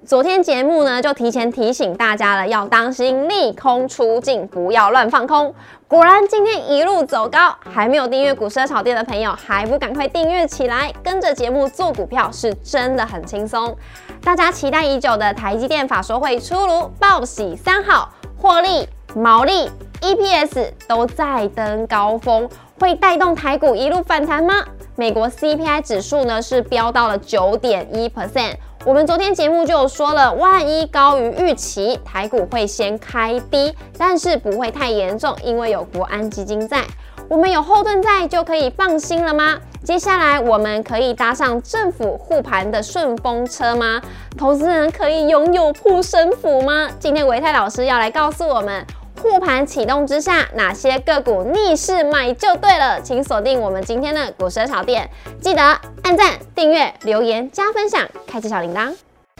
昨天节目呢就提前提醒大家了，要当心利空出尽，不要乱放空。果然今天一路走高，还没有订阅股市炒店的朋友，还不赶快订阅起来，跟着节目做股票是真的很轻松。大家期待已久的台积电法说会出炉，报喜3好，获利、毛利、EPS 都再登高峰，会带动台股一路反弹吗？美国 CPI 指数呢是飙到了 9.1%。我们昨天节目就有说了，万一高于预期，台股会先开低，但是不会太严重，因为有国安基金在，我们有后盾在，就可以放心了吗？接下来我们可以搭上政府护盘的顺风车吗？投资人可以拥有护身符吗？今天唯泰老师要来告诉我们，护盘启动之下，哪些个股逆势买就对了，请锁定我们今天的股市炒店，记得按赞、订阅、留言、加分享，开启小铃铛。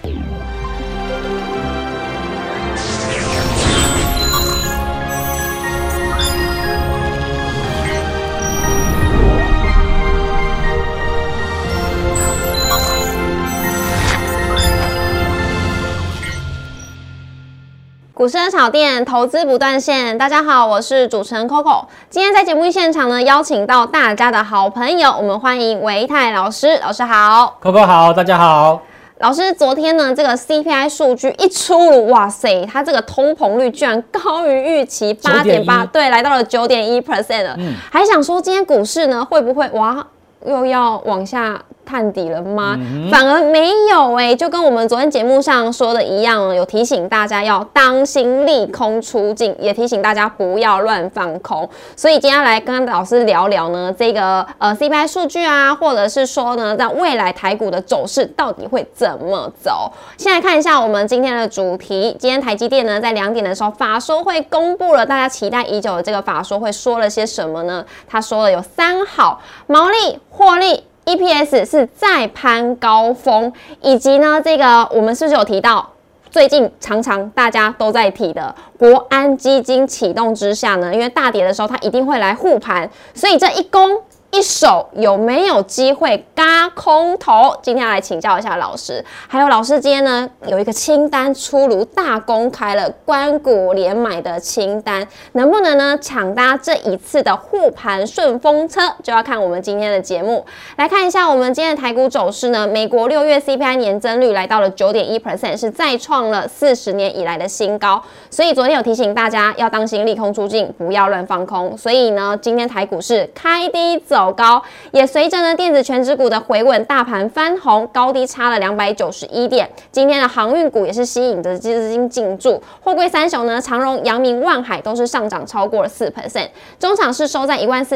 股市炒店，投资不断线。大家好，我是主持人 Coco。今天在节目现场呢，邀请到大家的好朋友，我们欢迎唯泰老师。老师好 ，Coco 好，大家好。 老师，昨天呢，这个 CPI 数据一出炉，哇塞，它这个通膨率居然高于预期8.8%，对，来到了 9.1% 了。还想说今天股市呢会不会哇又要往下探底了吗？反而没有就跟我们昨天节目上说的一样，有提醒大家要当心利空出尽，也提醒大家不要乱放空。所以今天要来跟老师聊聊呢，这个CPI 数据啊，或者是说呢，在未来台股的走势到底会怎么走？先来看一下我们今天的主题。今天台积电呢，在2点的时候法说会公布了大家期待已久的这个法说会，说了些什么呢？他说了有3好，毛利、获利、EPS 是再攀高峰，以及呢，这个我们是不是有提到，最近常常大家都在提的国安基金启动之下呢，因为大跌的时候它一定会来护盘，所以这一攻一守有没有机会嘎空头？今天要来请教一下老师，还有老师今天呢有一个清单出炉，大公开了官股连买的清单，能不能呢抢搭这一次的护盘顺风车，就要看我们今天的节目。来看一下我们今天的台股走势呢，美国6月 CPI 年增率来到了 9.1%， 是再创了40年以来的新高，所以昨天有提醒大家要当心利空出尽，不要乱放空。所以呢，今天台股是开低走高，也随着呢电子全指股的回稳，大盘翻红，高低差了291点。今天的航运股也是吸引着资金进驻，货柜三雄呢，长荣、阳明、万海都是上涨超过了4%。中场是收在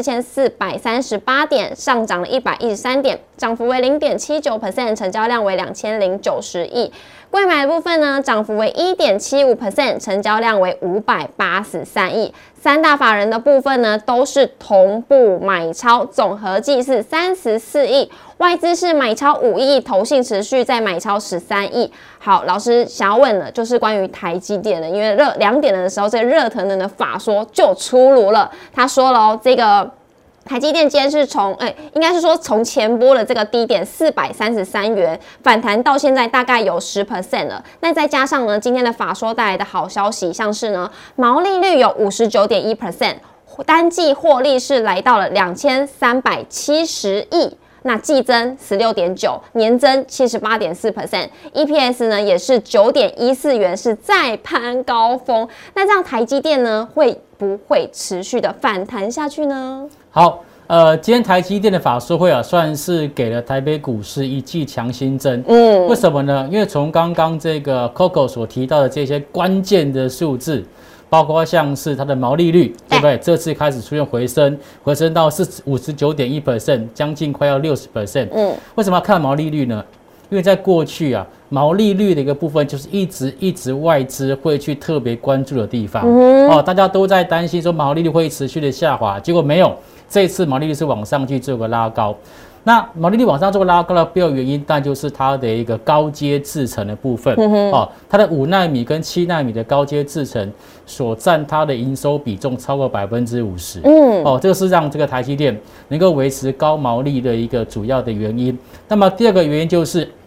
14438点，上涨了113点，涨幅为0.79%，成交量为2090亿。柜买的部分呢，涨幅为1.75%，成交量为583亿。三大法人的部分呢，都是同步买超，总合计是34亿，外资是买超5亿，投信持续在买超13亿。好，老师想要问的就是关于台积电的，因为2点的时候，这个热腾腾的法说就出炉了，他说了这个台积电今天是应该是说从前波的这个低点433元反弹到现在大概有10% 了。那再加上呢，今天的法说带来的好消息，像是呢毛利率有 59.1%， 单季获利是来到了2370亿。那季增 16.9%， 年增 78.4%， EPS 呢也是 9.14 元，是再攀高峰。那这样台积电呢会不会持续的反弹下去呢？ 好，今天台积电的法说会啊，算是给了台北股市一剂强心针。为什么呢？因为从刚刚这个 Coco 所提到的这些关键的数字，包括像是它的毛利率，对不对？这次开始出现回升到59.1%，将近快要60%。为什么要看毛利率呢？因为在过去啊，毛利率的一个部分就是一直外资会去特别关注的地方。大家都在担心说毛利率会持续的下滑，结果没有，这一次毛利率是往上去做个拉高。那毛利率往上做拉高的背后原因，但就是它的一个高阶制程的部分。它的5奈米跟7奈米的高阶制程所占它的营收比重超过50%。这个是让这个台积电能够维持高毛利的一个主要的原因。那么第二个原因就是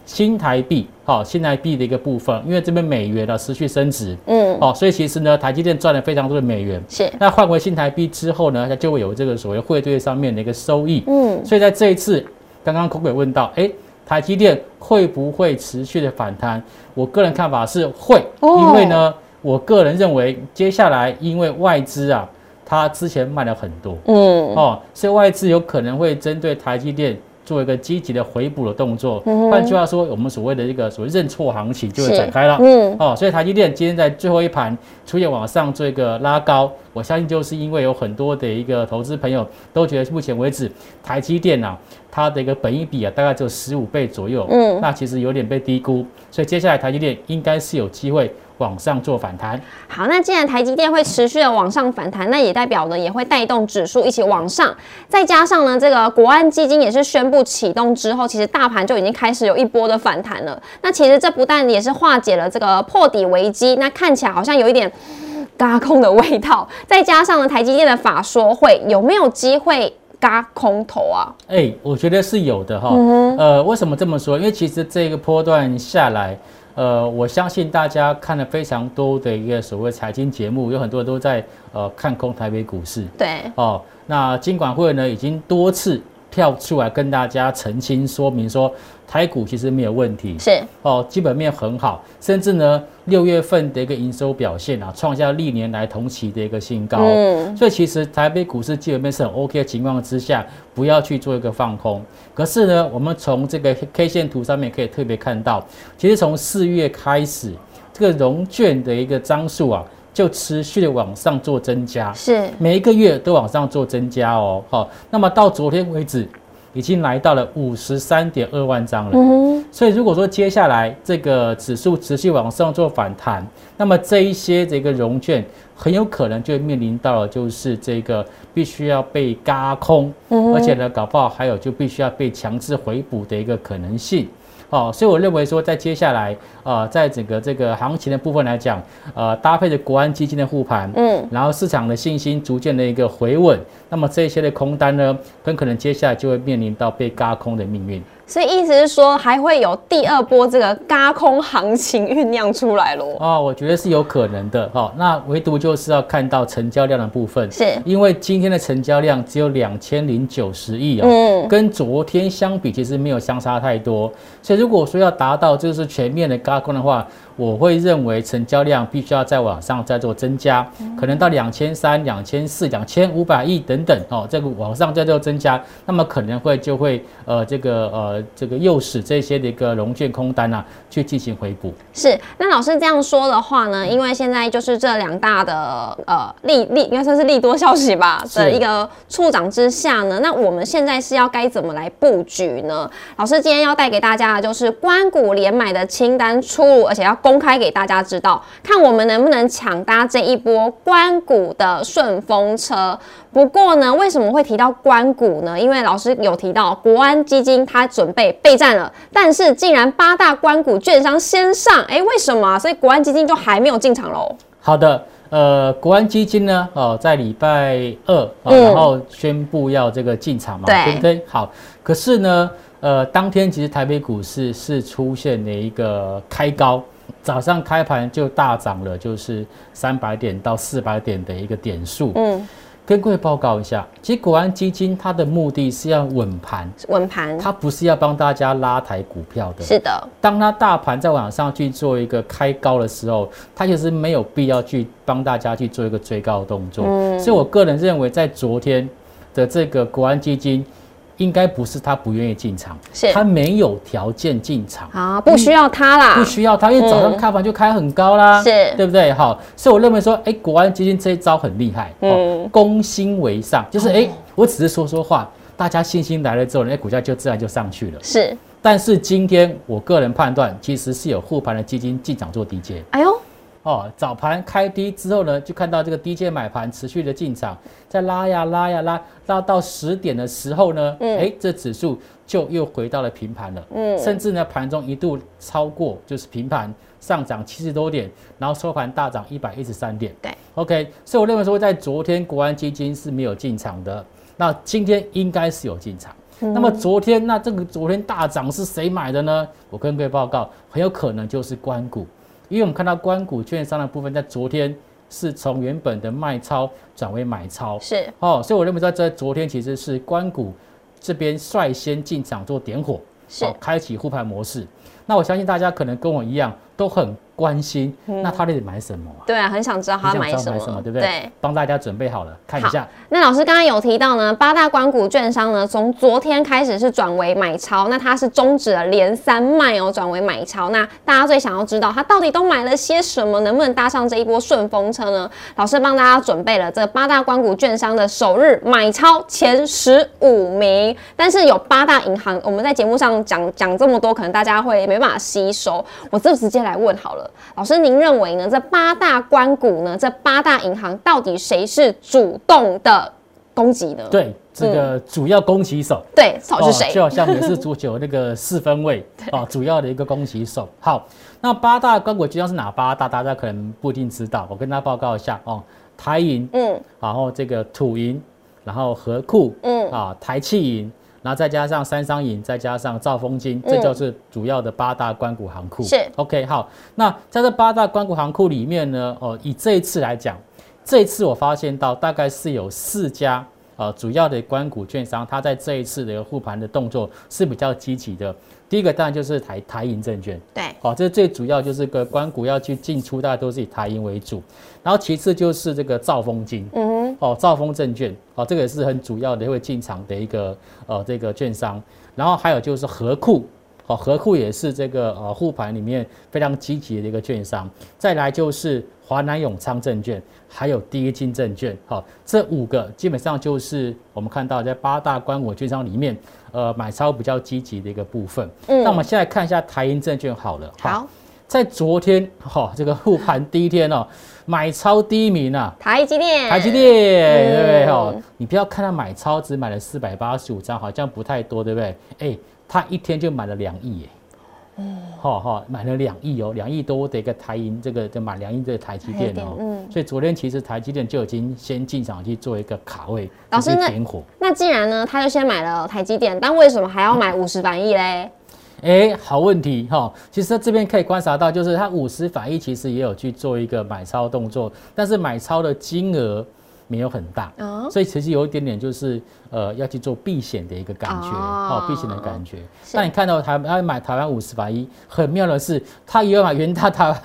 新台币的一个部分，因为这边美元呢持续升值，所以其实呢，台积电赚了非常多的美元， 是。 那换回新台币之后呢，它就会有这个所谓汇兑上面的一个收益，所以在这一次，刚刚Coco问到，台积电会不会持续的反弹？我个人看法是会，因为呢，我个人认为接下来因为外资啊，它之前卖了很多，所以外资有可能会针对台积电做一个积极的回补的动作。换句话说，我们所谓的一个所谓认错行情就会展开了。所以台积电今天在最后一盘出现往上做一个拉高，我相信就是因为有很多的一个投资朋友都觉得目前为止台积电啊，它的一个本益比啊大概只有15倍左右，那其实有点被低估，所以接下来台积电应该是有机会往上做反弹。 好，那既然台积电会持续的往上反弹，那也代表呢也会带动指数一起往上。再加上呢，这个国安基金也是宣布启动之后，其实大盘就已经开始有一波的反弹了。那其实这不但也是化解了这个破底危机，那看起来好像有一点轧空的味道。再加上呢，台积电的法说会有没有机会轧空头啊？ 我觉得是有的哈。为什么这么说？因为其实这个波段下来。我相信大家看了非常多的一个所谓财经节目，有很多人都在看空台北股市。 对。 那金管会呢已经多次跳出来跟大家澄清说明说，台股其实没有问题， 是基本面很好，甚至呢6月份的一个营收表现啊，创下历年来同期的一个新高。所以其实台北股市基本面是很 OK 的情况之下，不要去做一个放空。可是呢，我们从这个 K 线图上面可以特别看到，其实从4月开始，这个融券的一个张数啊，就持续的往上做增加， 是每一个月都往上做增加哦。那么到昨天为止，已经来到了53.2万张了。所以如果说接下来这个指数持续往上做反弹，那么这一些这个融券很有可能就会面临到了就是这个必须要被轧空，而且呢搞不好还有就必须要被强制回补的一个可能性。所以我认为说，在接下来，在整个这个行情的部分来讲，搭配着国安基金的护盘，然后市场的信心逐渐的一个回稳，那么这些的空单呢，很可能接下来就会面临到被轧空的命运。 所以意思是说，还会有第二波这个轧空行情酝酿出来咯。 我觉得是有可能的。那唯独就是要看到成交量的部分， 是因为今天的成交量只有2090亿跟昨天相比其实没有相差太多。所以如果说要达到就是全面的轧空的话，我会认为成交量必须要再往上再做增加，可能到2300、2400、2500亿等等这个往上再做增加，那么可能就会这个诱使这些的一个融券空单去进行回补。 是，那老师这样说的话呢，因为现在就是这两大的应该算是利多消息吧的一个触涨之下呢，那我们现在是要该怎么来布局呢？老师今天要带给大家的就是官股连买的清单出炉，而且要公开给大家知道，看我们能不能抢搭这一波官股的顺风车。不过呢，为什么会提到官股呢？因为老师有提到国安基金它准备备战了，但是竟然8大官股券商先上，为什么？所以国安基金就还没有进场喽。 好的，国安基金呢，在礼拜2，然后宣布要这个进场嘛，对不对？好，可是呢，当天其实台北股市是出现了一个开高。早上开盘就大涨了，就是300点到400点的一个点数。跟各位报告一下，其实国安基金它的目的是要稳盘，它不是要帮大家拉抬股票的。 是的， 当它大盘在往上去做一个开高的时候，它其实没有必要去帮大家去做一个追高的动作。所以我个人认为，在昨天的这个国安基金。应该不是他不愿意进场，是他没有条件进场不需要他啦， 不需要他，因为早上开盘就开很高啦， 是对不对？好，所以我认为说，国安基金这一招很厉害，攻心为上，就是我只是说说话，大家信心来了之后，股价就自然就上去了。 是， 但是今天我个人判断，其实是有护盘的基金进场做低接。 哎呦。 早盘开低之后呢，就看到这个低阶买盘持续的进场，再拉到10点的时候呢，这指数就又回到了平盘了，甚至呢盘中一度超过就是平盘上涨70多点，然后收盘大涨113点。 对 ，OK， 所以我认为说在昨天国安基金是没有进场的，那今天应该是有进场。 那么昨天，那这个昨天大涨是谁买的呢？我跟各位报告，很有可能就是官股，因为我们看到官股券商的部分在昨天是从原本的卖超转为买超， 是所以我认为在昨天其实是官股这边率先进场做点火，开启护盘模式。那我相信大家可能跟我一样都很关心，那他到底买什么啊？ 对啊，很想知道他买什么， 对不对？对，帮大家准备好了，看一下。 那老师刚刚有提到呢，8大官股券商呢，从昨天开始是转为买超，那它是终止了连3卖转为买超。那大家最想要知道，它到底都买了些什么，能不能搭上这一波顺风车呢？老师帮大家准备了这8大官股券商的首日买超前15名，但是有8大银行，我们在节目上讲这么多，可能大家会没办法吸收，我就直接来问好了。老师，您认为呢？这8大官股呢？这8大银行到底谁是主动的攻击呢？ 对，这个主要攻击手， 对，到底是谁？ 就好像美式足球那个4分卫主要的一个攻击手。好，那8大官股券商是哪8大？大家可能不一定知道，我跟大家报告一下台银，然后这个土银，然后合库，台企银。然后再加上三商银，再加上兆丰金，这就是主要的8大官股行库。 是 OK 好，那在这8大官股行库里面呢，以这一次来讲，这一次我发现到大概是有4家主要的官股券商，它在这一次的一个护盘的动作是比较积极的。第一个当然就是台银证券， 对， 这最主要就是个官股要去进出，大家都是以台银为主。然后其次就是这个兆丰金，兆丰证券，这个也是很主要的会进场的一个这个券商。然后还有就是合库，合库也是这个护盘里面非常积极的一个券商。再来就是华南永昌证券，还有第一金证券，这5个基本上就是我们看到在8大官股券商里面，买超比较积极的一个部分。那我们现在看一下台银证券好了。 好， 在昨天这个护盘第一天买超第一名台积电， 对不对？你不要看它买超只买了485张，好像不太多，对不对？它一天就买了2亿耶。买了2亿2亿多的一个台银，这个就买2亿的台积电所以昨天其实台积电就已经先进场去做一个卡位， 老师点火。那既然呢，他就先买了台积电，但为什么还要买50反亿嘞？ 好问题其实这边可以观察到，就是它50反亿其实也有去做一个买超动作，但是买超的金额没有很大，所以其实有一点点就是要去做避险的一个感觉，避险的感觉。那你看到他买台湾50反亿，很妙的是，他也有买元大台湾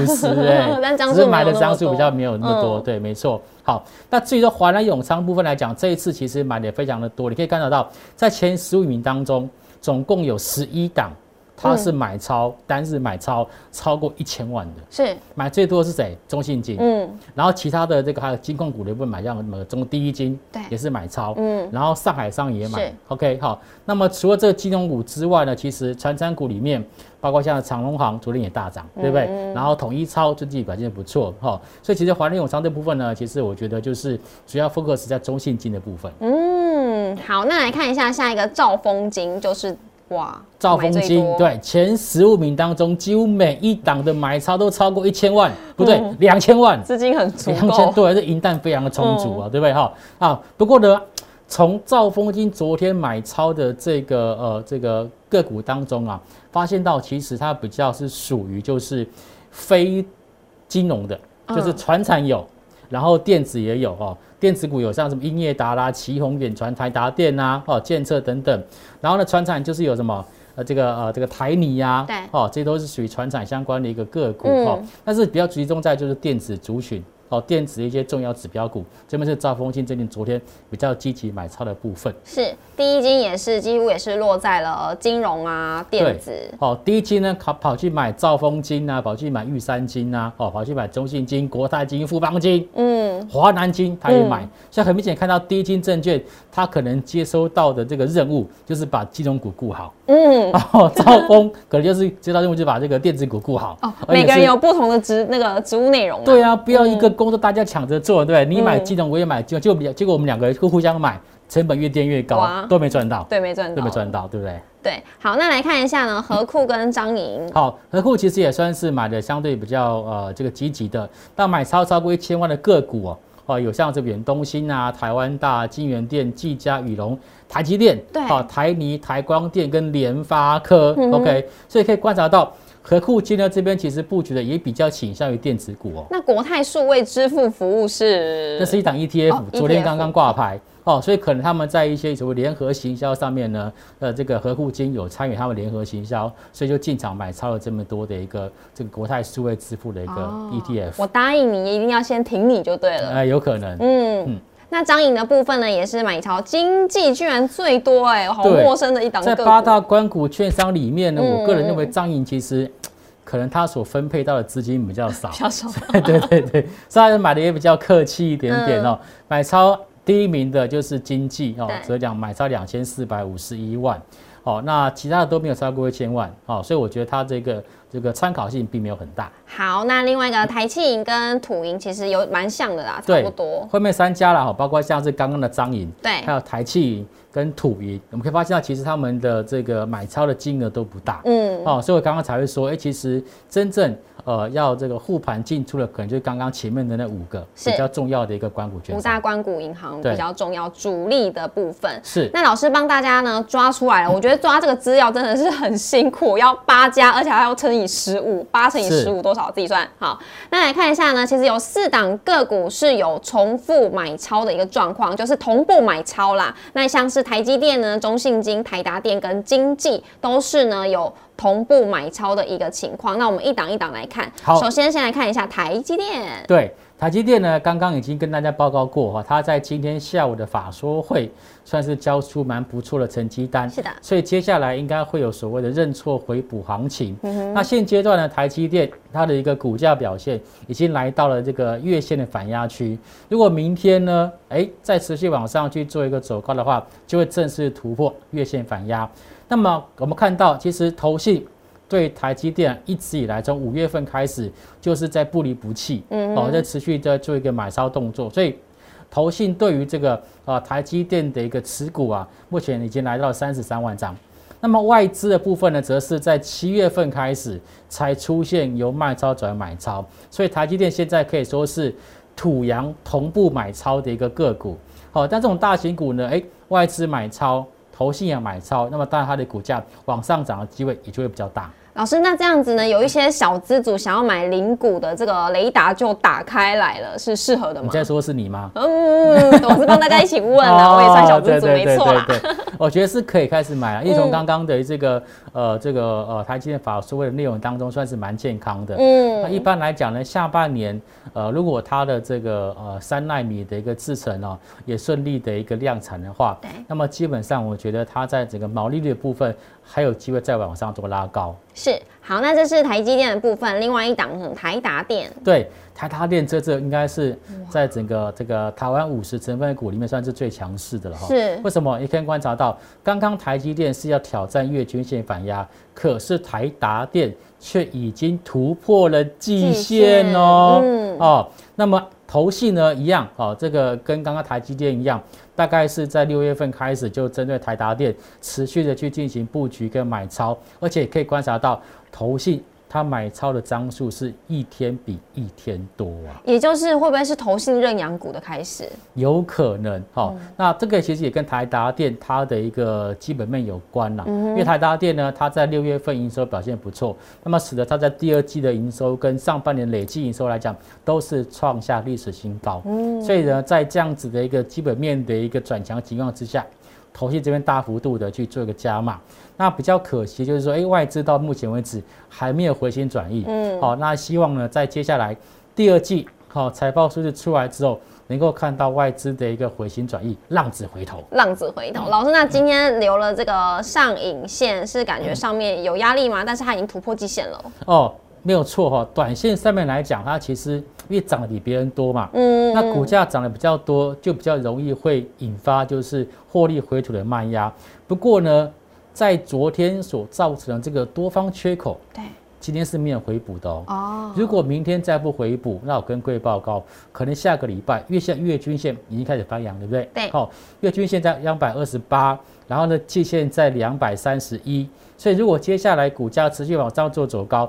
50， 但只是买的张数比较没有那么多，对，没错。好，那至于说华南永昌部分来讲，这一次其实买的非常的多，你可以看得到，在前15名当中，总共有11档。它是买超，单日买超超过1000万的，是买最多的是谁？中信金，然后其他的这个还有金控股的部分买，像什么第一金，对，也是买超，然后上海商也买 ，OK 好。那么除了这个金融股之外呢，其实传产股里面，包括像长荣航昨天也大涨，对不对？然后统一超最近表现不错，所以其实华南永昌这部分呢，其实我觉得就是主要 focus 在中信金的部分。 好，那来看一下下一个兆丰金，就是。 兆丰金对前15名当中，几乎每一档的买超都超过1000万，不对，2000万， 资金很足够， 对，这银弹非常的充足对不对不过呢，从兆丰金昨天买超的这个个股当中发现到其实它比较是属于就是非金融的，就是传产有。然后电子也有电子股有像什么英业达啦、奇宏远传、台达电建策等等。然后呢，传产就是有什么这个台泥对这些都是属于传产相关的一个个股但是比较集中在就是电子族群。电子的一些重要指标股，这边是兆丰金这边昨天比较积极买超的部分。 是第一金也是几乎也是落在了金融电子。 第一金呢跑去买兆丰金跑去买玉山金跑去买中信金、国泰金、富邦金，华南金他也买。所以很明显看到第一金证券，他可能接收到的这个任务就是把金融股顾好。兆丰可能就是接到任务就把这个电子股顾好。 每个人有不同的职务内容。 对不要一个工作大家抢着做，对不对？你买金融，我也买金融，结果我们2个互相买，成本越垫越高，都没赚到。 对，没赚到，对不对？ 对，好，那来看一下呢，合库跟彰银。 好，合库其实也算是买的相对比较这个积极的，但买超过1000万的个股有像这远东新啊、台湾大、金源店、技嘉、宇隆、台积电， 对， 台泥、台光电跟联发科，OK， 所以可以观察到。和库金呢这边其实布局的也比较倾向于电子股哦。 那国泰数位支付服务是？ 这是一档 ETF，昨天刚刚挂牌所以可能他们在一些所谓联合行销上面呢，这个和库金有参与他们联合行销，所以就进场买超了这么多的一个这个国泰数位支付的一个 ETF。 我答应你，一定要先挺你就对了。 有可能。 那张颖的部分呢，也是买超经济居然最多好陌生的一档个股。 在8大官股券商里面呢，我个人认为张颖其实可能他所分配到的资金比较少， 比较少。 对，所以他买的也比较客气一点点买超第一名的就是经济所以讲买超2451万那其他的都没有超过1000万所以我觉得他这个参考性并没有很大。 好，那另外一个台企银跟土银其实有蛮像的啦，差不多。 后面3家啦包括像是刚刚的彰银， 对， 还有台企银跟土银，我们可以发现到其实他们的这个买超的金额都不大，所以我刚刚才会说，其实真正要这个护盘进出的，可能就是刚刚前面的那5个比较重要的一个官股券商，5 大官股银行比较重要主力的部分。 是， 那老师帮大家呢抓出来了，我觉得抓这个资料真的是很辛苦，要8家，而且还要乘以15，8乘以15多少？自己算。好，那来看一下呢，其实有4档个股是有重复买超的一个状况，就是同步买超啦。那像是台积电呢、中信金、台达电跟经济都是呢有同步买超的一个情况。那我们一档一档来看。好，首先来看一下台积电。 对。台积电呢，刚刚已经跟大家报告过它在今天下午的法说会算是交出蛮不错的成绩单， 是的， 所以接下来应该会有所谓的认错回补行情。那现阶段呢，台积电它的一个股价表现已经来到了这个月线的反压区，如果明天呢，再持续往上去做一个走高的话，就会正式突破月线反压。那么我们看到，其实投信对台积电一直以来，从5月份开始就是在不离不弃，在持续的做一个买超动作，所以投信对于这个台积电的一个持股目前已经来到33万张。那么外资的部分呢，则是在7月份开始才出现由卖超转买超，所以台积电现在可以说是土洋同步买超的一个个股。但这种大型股呢，外资买超，投信也买超，那么当然它的股价往上涨的机会也就会比较大。 老师，那这样子呢，有一些小资主想要买零股的这个雷达就打开来了，是适合的吗？ 你在说是你吗？ 我是帮大家一起问啦，我也算小资主，没错啦。 我觉得是可以开始买了，因为从刚刚的这个台积电法说会的内容当中，算是蛮健康的。那一般来讲呢，下半年如果它的这个3奈米的一个制程也顺利的一个量产的话，那么基本上我觉得它在整个毛利率的部分还有机会再往上做拉高。 是，好，那这是台积电的部分，另外一档台达电。 对，台达电这应该是在整个这个台湾50成分股里面算是最强势的了哈。 是， 为什么？你可以观察到，刚刚台积电是要挑战月均线反压，可是台达电却已经突破了季线那么投信呢一样这个跟刚刚台积电一样，大概是在6月份开始就针对台达电持续的去进行布局跟买超，而且可以观察到投信它买超的张数是一天比一天多也就是会不会是投信认养股的开始？ 有可能那这个其实也跟台达电它的一个基本面有关啦，因为台达电呢，它在6月份营收表现不错，那么使得它在第2季的营收跟上半年累计营收来讲，都是创下历史新高。所以呢，在这样子的一个基本面的一个转强情况之下，投信这边大幅度的去做一个加码，那比较可惜就是说，外资到目前为止还没有回心转意。那希望呢，在接下来第2季财报数据出来之后，能够看到外资的一个回心转意，浪子回头。 浪子回头，老师，那今天留了这个上影线，是感觉上面有压力吗？但是它已经突破季线了。 没有错短线上面来讲，它其实因为涨得比别人多嘛，那股价涨得比较多，就比较容易会引发就是获利回吐的卖压。不过呢，在昨天所造成的这个多方缺口，对，今天是没有回补的如果明天再不回补，那我跟各位报告，可能下个礼拜，因为现在月均线已经开始翻阳，对不对？ 对。 月均线在228，然后呢，季线在231，所以如果接下来股价持续往上做走高，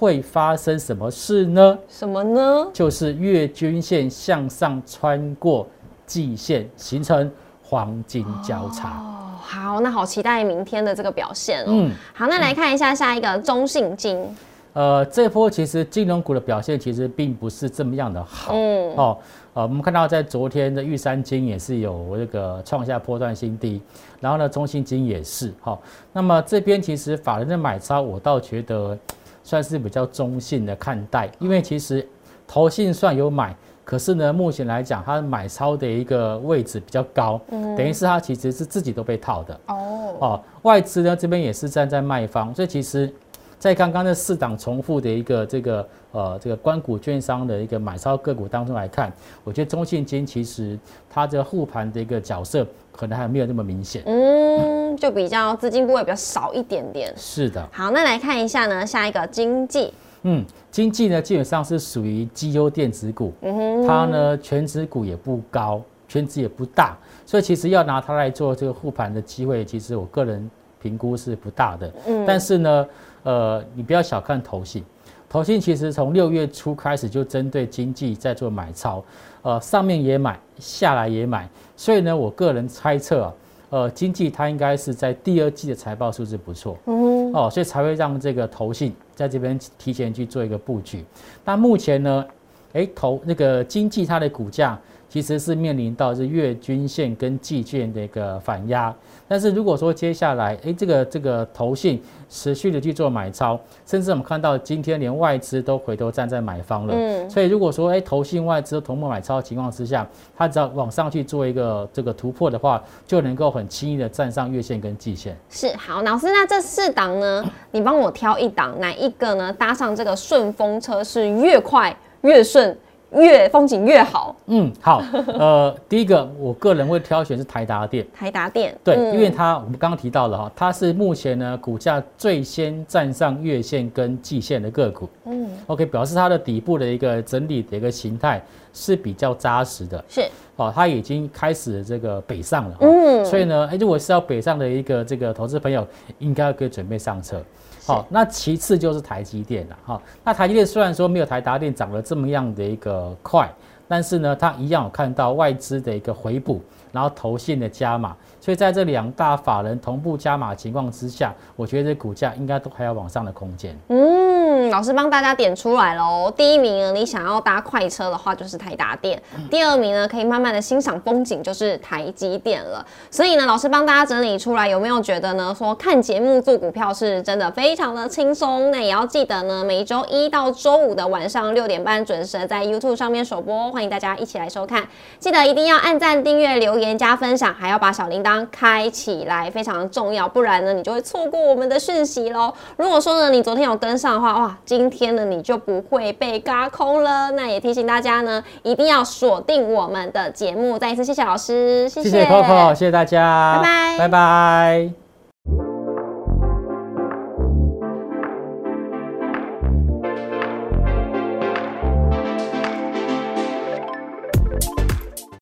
会发生什么事呢？ 什么呢？ 就是月均线向上穿过季线，形成黄金交叉。 哦，好，那好期待明天的这个表现哦。好，那来看一下下一个中信金。 这波其实金融股的表现其实并不是这么样的好。我们看到在昨天的玉山金也是有这个创下波段新低，然后呢，中信金也是。那么这边其实法人的买超，我倒觉得算是比较中性的看待，因为其实投信算有买，可是呢，目前来讲，它买超的一个位置比较高，等于是它其实是自己都被套的。外资呢这边也是站在卖方，所以其实，在刚刚的4档重复的一个这个官股券商的一个买超个股当中来看，我觉得中信金其实它这个护盘的一个角色可能还没有那么明显。 就比较资金部位比较少一点点。是的。好，那来看一下呢，下一个经济。 经济呢基本上是属于绩优电子股，它呢权值股也不高，权值也不大，所以其实要拿它来做这个护盘的机会，其实我个人评估是不大的。但是呢，你不要小看投信，投信其实从6月初开始就针对经济在做买超，上面也买，下来也买，所以呢，我个人猜测经济它应该是在第2季的财报数字不错，所以才会让这个投信在这边提前去做一个布局。那目前呢，那个经济它的股价其实是面临到是月均线跟季线的一个反压，但是如果说接下来这个投信持续的去做买超，甚至我们看到今天连外资都回头站在买方了，所以如果说投信外资同步买超的情况之下，它只要往上去做一个这个突破的话，就能够很轻易的站上月线跟季线。 是，好，老师，那这4档呢，你帮我挑一档，哪一个呢搭上这个顺风车是越快越顺？越风景越好。 好，第一个我个人会挑选是台达电。 台达电， 对，因为我们刚刚提到了它是目前呢股价最先站上月线跟季线的个股。OK， 表示它的底部的一个整理的一个形态是比较扎实的。 是， 它已经开始这个北上了。所以呢，如果是要北上的一个这个投资朋友，应该可以准备上车。那其次就是台积电了。那台积电虽然说没有台达电涨得这么样的一个快，但是呢，它一样有看到外资的一个回补，然后投信的加码，所以在这2大法人同步加码情况之下，我觉得股价应该都还有往上的空间。 老师帮大家点出来喽。第1名呢，你想要搭快车的话，就是台达电；第2名呢，可以慢慢的欣赏风景，就是台积电了。所以呢，老师帮大家整理出来，有没有觉得呢？说看节目做股票是真的非常的轻松。那也要记得呢，每周1到周5的晚上6点半准时在 YouTube 上面首播，欢迎大家一起来收看。记得一定要按赞、订阅、留言、加分享，还要把小铃铛开起来，非常重要，不然呢，你就会错过我们的讯息咯。如果说呢，你昨天有跟上的话，哇，今天呢你就不会被軋空了。那也提醒大家呢，一定要锁定我们的节目。再一次谢谢老师，谢谢 Coco， 谢谢大家， 拜拜， 拜拜。